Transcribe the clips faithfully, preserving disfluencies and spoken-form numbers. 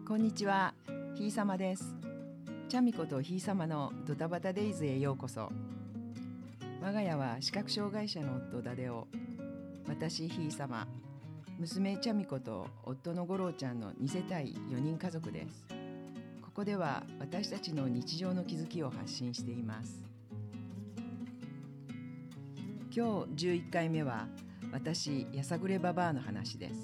こんにちは、ひいさまです。ちゃみことひいさまのドタバタデイズへようこそ。我が家は視覚障害者の夫ダデオ、私ひいさま、娘ちゃみこと夫の五郎ちゃんのに世帯よにん家族です。ここでは私たちの日常の気づきを発信しています。今日じゅういっかいめは私やさぐれババアの話です。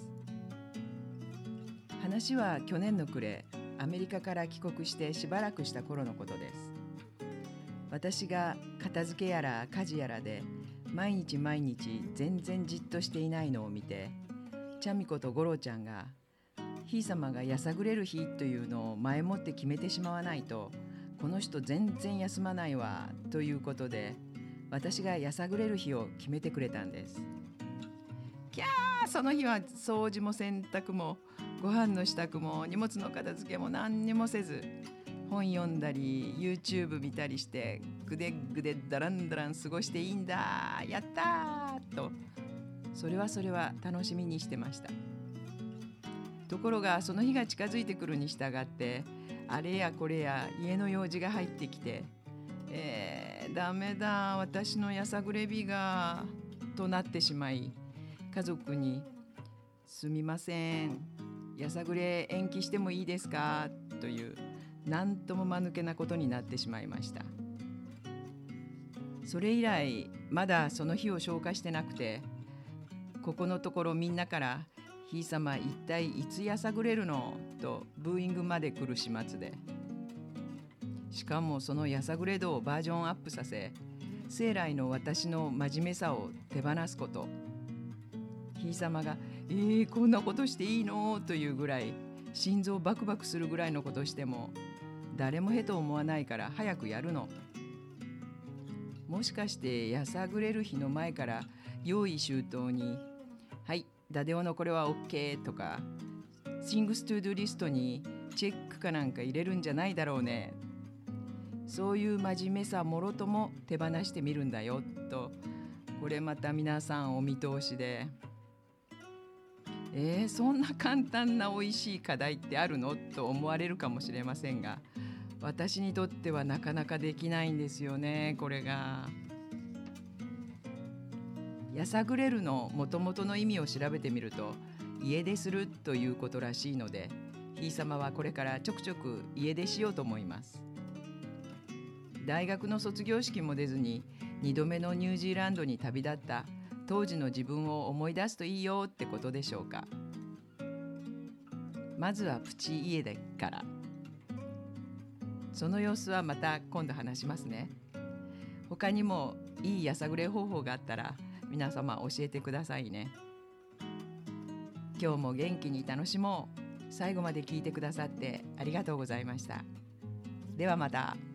話は去年の暮れ、アメリカから帰国してしばらくした頃のことです。私が片付けやら家事やらで毎日毎日全然じっとしていないのを見て、ちゃみこと五郎ちゃんがひいさまがやさぐれる日というのを前もって決めてしまわないとこの人全然休まないわということで、私がやさぐれる日を決めてくれたんです。キャー、その日は掃除も洗濯もご飯の支度も荷物の片付けも何にもせず、本読んだり YouTube 見たりしてぐでぐでだらんだらん過ごしていいんだ、やったーと、それはそれは楽しみにしてました。ところがその日が近づいてくるに従って、あれやこれや家の用事が入ってきて、えー、ダメだ私のやさぐれ日がとなってしまい、家族にすみません、やさぐれ延期してもいいですかという何とも間抜けなことになってしまいました。それ以来まだその日を消化してなくて、ここのところみんなからひいさま一体いつやさぐれるのとブーイングまで来る始末で、しかもそのやさぐれ度をバージョンアップさせ、生来の私の真面目さを手放すこと、ひいさまがえー、こんなことしていいのというぐらい心臓バクバクするぐらいのことしても誰もへと思わないから早くやるの。もしかしてやさぐれる日の前から用意周到にはいダデオのこれは OK とか Things to do リストにチェックかなんか入れるんじゃないだろうね。そういう真面目さもろとも手放してみるんだよと、これまた皆さんお見通しで、えー、そんな簡単なおいしい課題ってあるのと思われるかもしれませんが、私にとってはなかなかできないんですよね。これがやさぐれるのもともとの意味を調べてみると、家出するということらしいので、ひいさまはこれからちょくちょく家出しようと思います。大学の卒業式も出ずににどめのニュージーランドに旅立った当時の自分を思い出すといいよってことでしょうか。まずはプチ家出から。その様子はまた今度話しますね。他にもいいやさぐれ方法があったら皆様教えてくださいね。今日も元気に楽しもう。最後まで聞いてくださってありがとうございました。ではまた。